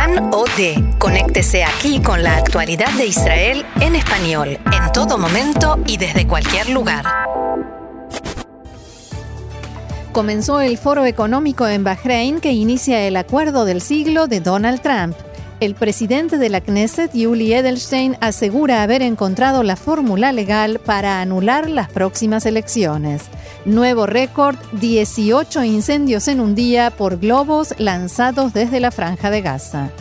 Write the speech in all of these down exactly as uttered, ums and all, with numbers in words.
Con o de. Conéctese aquí con la actualidad de Israel en español, en todo momento y desde cualquier lugar. Comenzó el Foro Económico en Bahrein que inicia el acuerdo del siglo de Donald Trump. El presidente de la Knesset, Yuli Edelstein, asegura haber encontrado la fórmula legal para anular las próximas elecciones. Nuevo récord, dieciocho incendios en un día por globos lanzados desde la Franja de Gaza.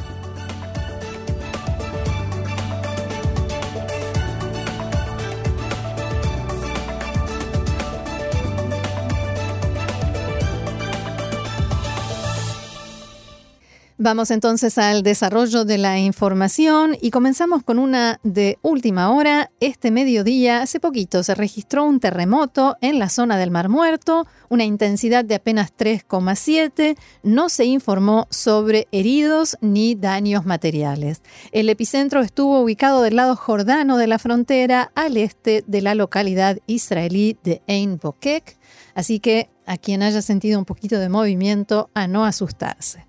Vamos entonces al desarrollo de la información y comenzamos con una de última hora. Este mediodía, hace poquito, se registró un terremoto en la zona del Mar Muerto, una intensidad de apenas tres coma siete. No se informó sobre heridos ni daños materiales. El epicentro estuvo ubicado del lado jordano de la frontera, al este de la localidad israelí de Ein Bokek. Así que a quien haya sentido un poquito de movimiento, a no asustarse.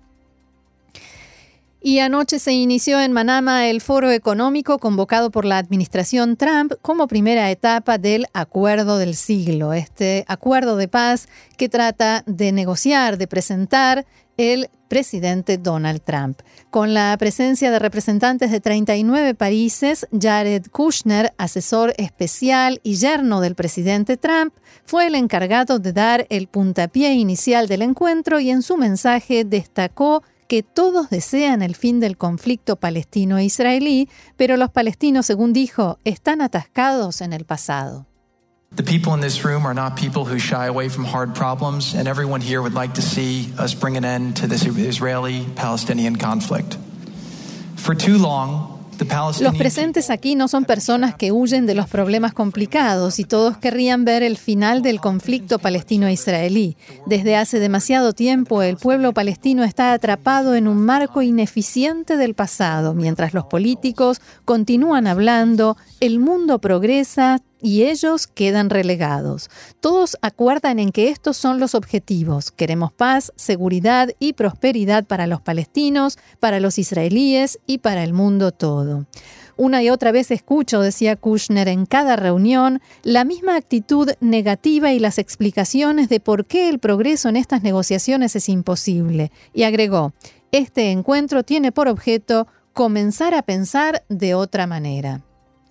Y anoche se inició en Manama el foro económico convocado por la administración Trump como primera etapa del Acuerdo del Siglo, este acuerdo de paz que trata de negociar, de presentar el presidente Donald Trump. Con la presencia de representantes de treinta y nueve países, Jared Kushner, asesor especial y yerno del presidente Trump, fue el encargado de dar el puntapié inicial del encuentro y en su mensaje destacó que todos desean el fin del conflicto palestino-israelí, pero los palestinos, según dijo, están atascados en el pasado. The people in this room are not people who shy away from hard problems, and everyone here would like to see us bring an end to this Israeli-Palestinian conflict. For too long, los presentes aquí no son personas que huyen de los problemas complicados y todos querrían ver el final del conflicto palestino-israelí. Desde hace demasiado tiempo el pueblo palestino está atrapado en un marco ineficiente del pasado. Mientras los políticos continúan hablando, el mundo progresa y ellos quedan relegados. Todos acuerdan en que estos son los objetivos. Queremos paz, seguridad y prosperidad para los palestinos, para los israelíes y para el mundo todo. Una y otra vez escucho, decía Kushner, en cada reunión, la misma actitud negativa y las explicaciones de por qué el progreso en estas negociaciones es imposible. Y agregó, este encuentro tiene por objeto comenzar a pensar de otra manera.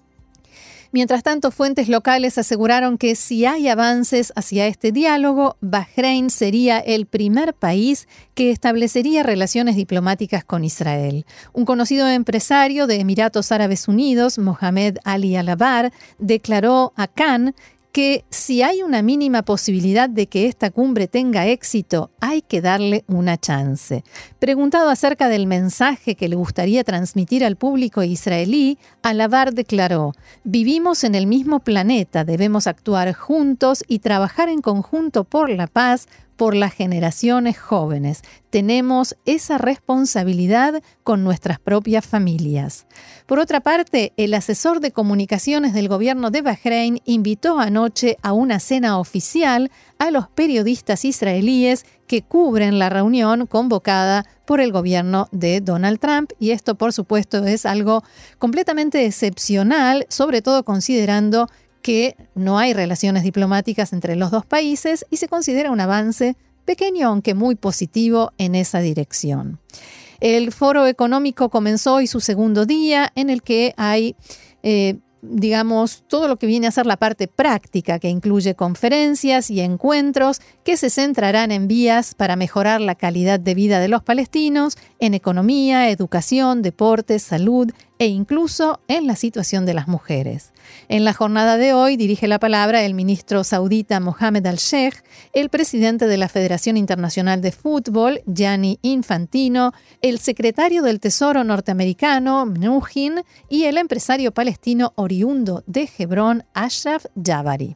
Mientras tanto, fuentes locales aseguraron que si hay avances hacia este diálogo, Bahrein sería el primer país que establecería relaciones diplomáticas con Israel. Un conocido empresario de Emiratos Árabes Unidos, Mohamed Ali Alabar, declaró a Cannes que si hay una mínima posibilidad de que esta cumbre tenga éxito, hay que darle una chance. Preguntado acerca del mensaje que le gustaría transmitir al público israelí, Alabar declaró: vivimos en el mismo planeta, debemos actuar juntos y trabajar en conjunto por la paz, por las generaciones jóvenes. Tenemos esa responsabilidad con nuestras propias familias. Por otra parte, el asesor de comunicaciones del gobierno de Bahrein invitó anoche a una cena oficial a los periodistas israelíes que cubren la reunión convocada por el gobierno de Donald Trump. Y esto, por supuesto, es algo completamente excepcional, sobre todo considerando que no hay relaciones diplomáticas entre los dos países y se considera un avance pequeño, aunque muy positivo, en esa dirección. El foro económico comenzó hoy su segundo día, en el que hay, eh, digamos, todo lo que viene a ser la parte práctica, que incluye conferencias y encuentros que se centrarán en vías para mejorar la calidad de vida de los palestinos, en economía, educación, deportes, salud e incluso en la situación de las mujeres. En la jornada de hoy dirige la palabra el ministro saudita Mohammed Al-Sheikh, el presidente de la Federación Internacional de Fútbol, Gianni Infantino, el secretario del Tesoro norteamericano, Mnuchin, y el empresario palestino oriundo de Hebrón, Ashraf Jabari.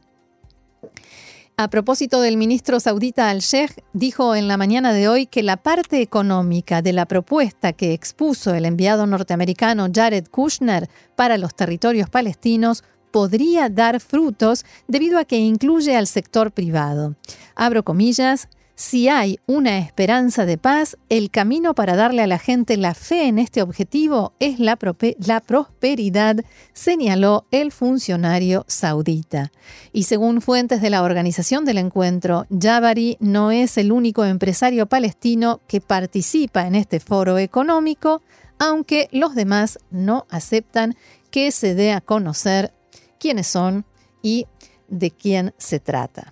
A propósito del ministro saudita Al-Sheikh, dijo en la mañana de hoy que la parte económica de la propuesta que expuso el enviado norteamericano Jared Kushner para los territorios palestinos podría dar frutos debido a que incluye al sector privado. Abro comillas, Si hay una esperanza de paz, el camino para darle a la gente la fe en este objetivo es la, prope- la prosperidad, señaló el funcionario saudita. Y según fuentes de la organización del encuentro, Jabari no es el único empresario palestino que participa en este foro económico, aunque los demás no aceptan que se dé a conocer quiénes son y de quién se trata.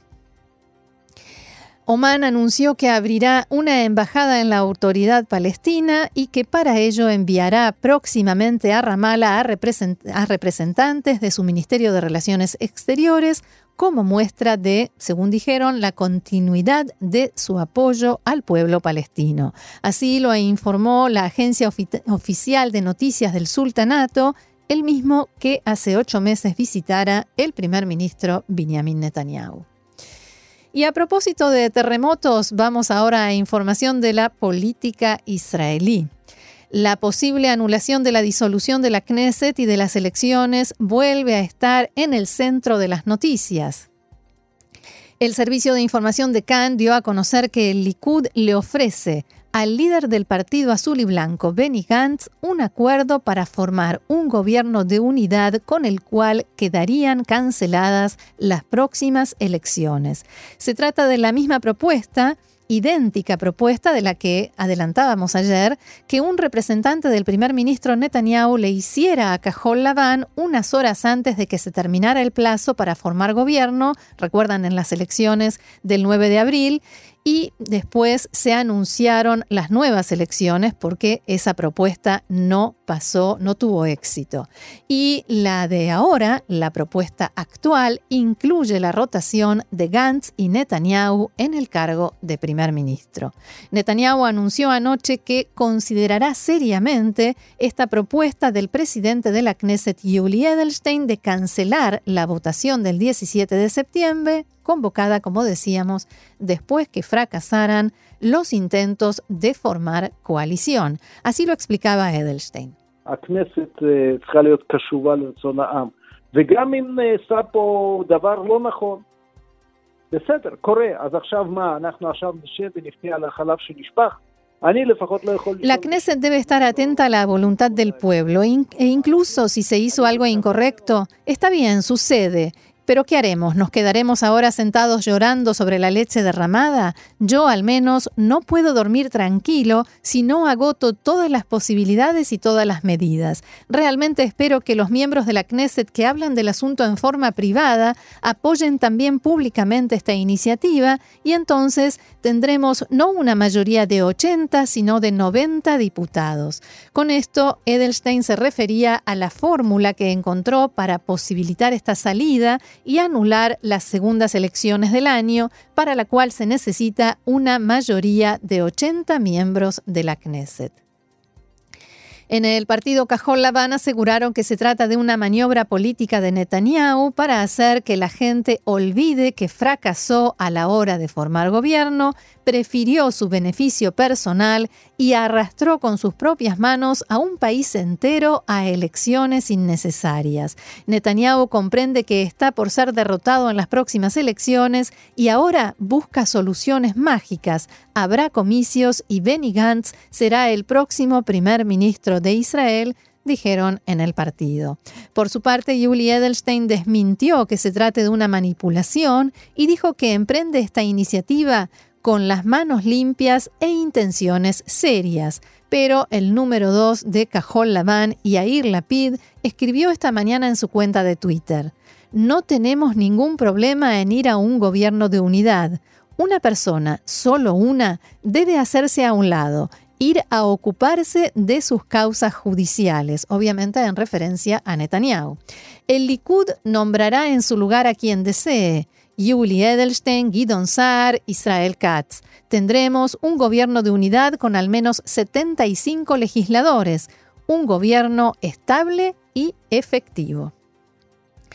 Omán anunció que abrirá una embajada en la autoridad palestina y que para ello enviará próximamente a Ramallah a, represent- a representantes de su Ministerio de Relaciones Exteriores como muestra de, según dijeron, la continuidad de su apoyo al pueblo palestino. Así lo informó la agencia ofi- oficial de noticias del Sultanato, el mismo que hace ocho meses visitara el primer ministro Benjamin Netanyahu. Y a propósito de terremotos, vamos ahora a información de la política israelí. La posible anulación de la disolución de la Knesset y de las elecciones vuelve a estar en el centro de las noticias. El servicio de información de Cannes dio a conocer que el Likud le ofrece al líder del Partido Azul y Blanco, Benny Gantz, un acuerdo para formar un gobierno de unidad con el cual quedarían canceladas las próximas elecciones. Se trata de la misma propuesta, idéntica propuesta de la que adelantábamos ayer, que un representante del primer ministro Netanyahu le hiciera a Cajol Laván unas horas antes de que se terminara el plazo para formar gobierno, recuerdan en las elecciones del nueve de abril, y después se anunciaron las nuevas elecciones porque esa propuesta no pasó, no tuvo éxito. Y la de ahora, la propuesta actual, incluye la rotación de Gantz y Netanyahu en el cargo de primer ministro. Netanyahu anunció anoche que considerará seriamente esta propuesta del presidente de la Knesset, Yuli Edelstein, de cancelar la votación del diecisiete de septiembre, convocada, como decíamos, después que fracasaran los intentos de formar coalición. Así lo explicaba Edelstein. הכנסת צריכה להיות קשובה לרצון העם. וגם אם נעשה פה דבר לא נכון, בסדר, קורה. אז עכשיו מה, אנחנו עכשיו נשב ונבכה על החלב שנשפך? La Knesset debe estar atenta a la voluntad del pueblo e incluso si se hizo algo incorrecto, está bien, sucede. ¿Pero qué haremos? ¿Nos quedaremos ahora sentados llorando sobre la leche derramada? Yo, al menos, no puedo dormir tranquilo si no agoto todas las posibilidades y todas las medidas. Realmente espero que los miembros de la Knesset que hablan del asunto en forma privada apoyen también públicamente esta iniciativa y entonces tendremos no una mayoría de ochenta, sino de noventa diputados. Con esto, Edelstein se refería a la fórmula que encontró para posibilitar esta salida y anular las segundas elecciones del año, para la cual se necesita una mayoría de ochenta miembros de la Knesset. En el partido Cajol Laván aseguraron que se trata de una maniobra política de Netanyahu para hacer que la gente olvide que fracasó a la hora de formar gobierno, prefirió su beneficio personal y arrastró con sus propias manos a un país entero a elecciones innecesarias. Netanyahu comprende que está por ser derrotado en las próximas elecciones y ahora busca soluciones mágicas. Habrá comicios y Benny Gantz será el próximo primer ministro de Israel, dijeron en el partido. Por su parte, Yuli Edelstein desmintió que se trate de una manipulación y dijo que emprende esta iniciativa con las manos limpias e intenciones serias. Pero el número dos de Cajol Laván, Yair Lapid, escribió esta mañana en su cuenta de Twitter: no tenemos ningún problema en ir a un gobierno de unidad. Una persona, solo una, debe hacerse a un lado, ir a ocuparse de sus causas judiciales, obviamente en referencia a Netanyahu. El Likud nombrará en su lugar a quien desee: Yuli Edelstein, Gideon Sa'ar, Israel Katz. Tendremos un gobierno de unidad con al menos setenta y cinco legisladores, un gobierno estable y efectivo.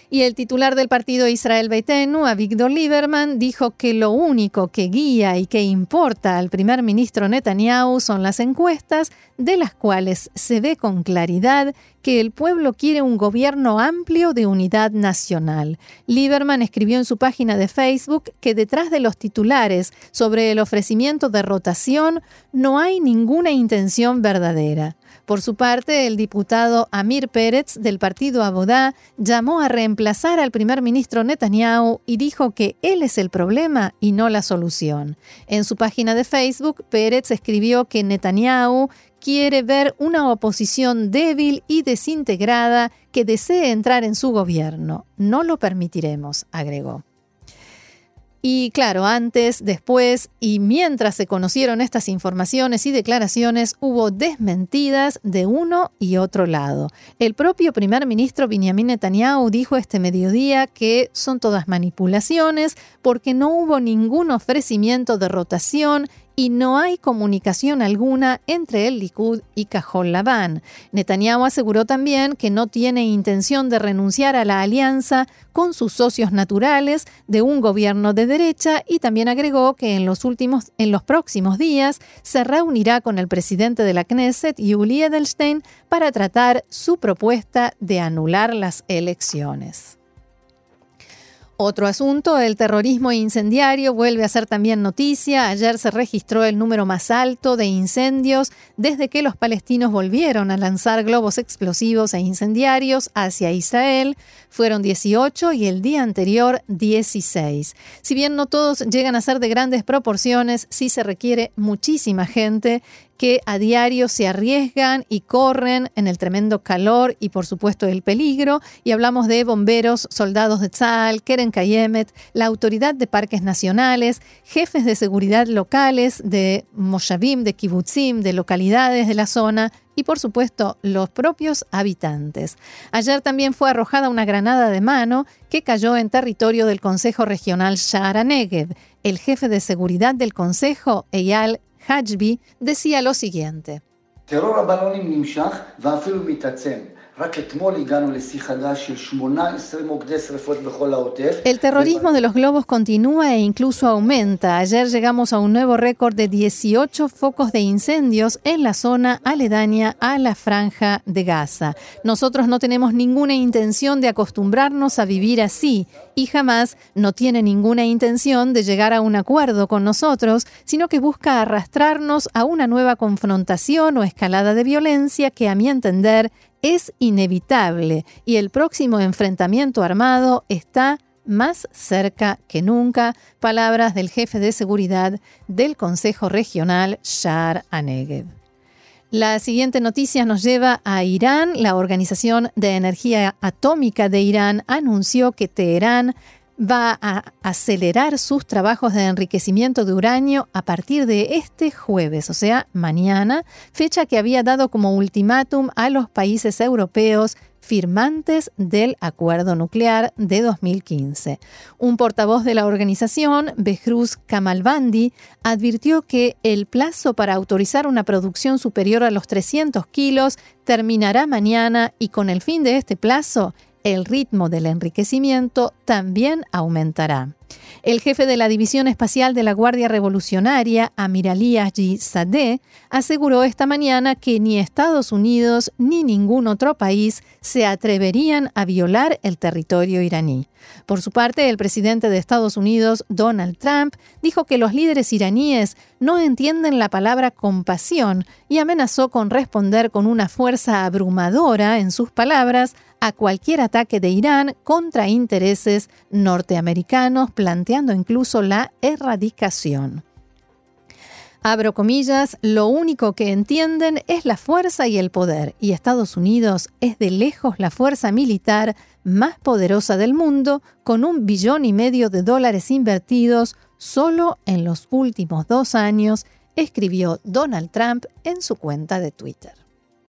Y el titular del partido Israel Beitenu, Avigdor Lieberman, dijo que lo único que guía y que importa al primer ministro Netanyahu son las encuestas, de las cuales se ve con claridad que el pueblo quiere un gobierno amplio de unidad nacional. Lieberman escribió en su página de Facebook que detrás de los titulares sobre el ofrecimiento de rotación no hay ninguna intención verdadera. Por su parte, el diputado Amir Peretz del partido Abodá llamó a reemplazar al primer ministro Netanyahu y dijo que él es el problema y no la solución. En su página de Facebook, Peretz escribió que Netanyahu quiere ver una oposición débil y desintegrada que desee entrar en su gobierno. No lo permitiremos, agregó. Y claro, antes, después y mientras se conocieron estas informaciones y declaraciones, hubo desmentidas de uno y otro lado. El propio primer ministro Benjamin Netanyahu dijo este mediodía que son todas manipulaciones porque no hubo ningún ofrecimiento de rotación y no hay comunicación alguna entre el Likud y Cajol Labán. Netanyahu aseguró también que no tiene intención de renunciar a la alianza con sus socios naturales de un gobierno de derecha y también agregó que en los últimos, en los próximos días se reunirá con el presidente de la Knesset, Yuli Edelstein, para tratar su propuesta de anular las elecciones. Otro asunto, el terrorismo incendiario vuelve a ser también noticia. Ayer se registró el número más alto de incendios desde que los palestinos volvieron a lanzar globos explosivos e incendiarios hacia Israel. Fueron dieciocho y el día anterior dieciséis. Si bien no todos llegan a ser de grandes proporciones, sí se requiere muchísima gente que a diario se arriesgan y corren en el tremendo calor y por supuesto el peligro. Y hablamos de bomberos, soldados de Tzal, Keren Kayemet, la Autoridad de Parques Nacionales, jefes de seguridad locales de Moshavim, de Kibutzim, de localidades de la zona y por supuesto los propios habitantes. Ayer también fue arrojada una granada de mano que cayó en territorio del Consejo Regional Sha'ar HaNegev. El jefe de seguridad del Consejo, Eyal Hajbi, decía lo siguiente. El terrorismo de los globos continúa e incluso aumenta. Ayer llegamos a un nuevo récord de dieciocho focos de incendios en la zona aledaña a la franja de Gaza. Nosotros no tenemos ninguna intención de acostumbrarnos a vivir así y jamás no tiene ninguna intención de llegar a un acuerdo con nosotros, sino que busca arrastrarnos a una nueva confrontación o escalada de violencia que, a mi entender, es inevitable y el próximo enfrentamiento armado está más cerca que nunca. Palabras del jefe de seguridad del Consejo Regional Sha'ar HaNegev. La siguiente noticia nos lleva a Irán. La Organización de Energía Atómica de Irán anunció que Teherán va a acelerar sus trabajos de enriquecimiento de uranio a partir de este jueves, o sea, mañana, fecha que había dado como ultimátum a los países europeos firmantes del acuerdo nuclear de dos mil quince. Un portavoz de la organización, Behruz Kamalvandi, advirtió que el plazo para autorizar una producción superior a los trescientos kilos terminará mañana y con el fin de este plazo, el ritmo del enriquecimiento también aumentará. El jefe de la División Espacial de la Guardia Revolucionaria, Amirali Hajizadeh, aseguró esta mañana que ni Estados Unidos ni ningún otro país se atreverían a violar el territorio iraní. Por su parte, el presidente de Estados Unidos, Donald Trump, dijo que los líderes iraníes no entienden la palabra compasión y amenazó con responder con una fuerza abrumadora, en sus palabras, a cualquier ataque de Irán contra intereses norteamericanos, planteando incluso la erradicación. Abro comillas, lo único que entienden es la fuerza y el poder, y Estados Unidos es de lejos la fuerza militar más poderosa del mundo, con un billón y medio de dólares invertidos solo en los últimos dos años, escribió Donald Trump en su cuenta de Twitter.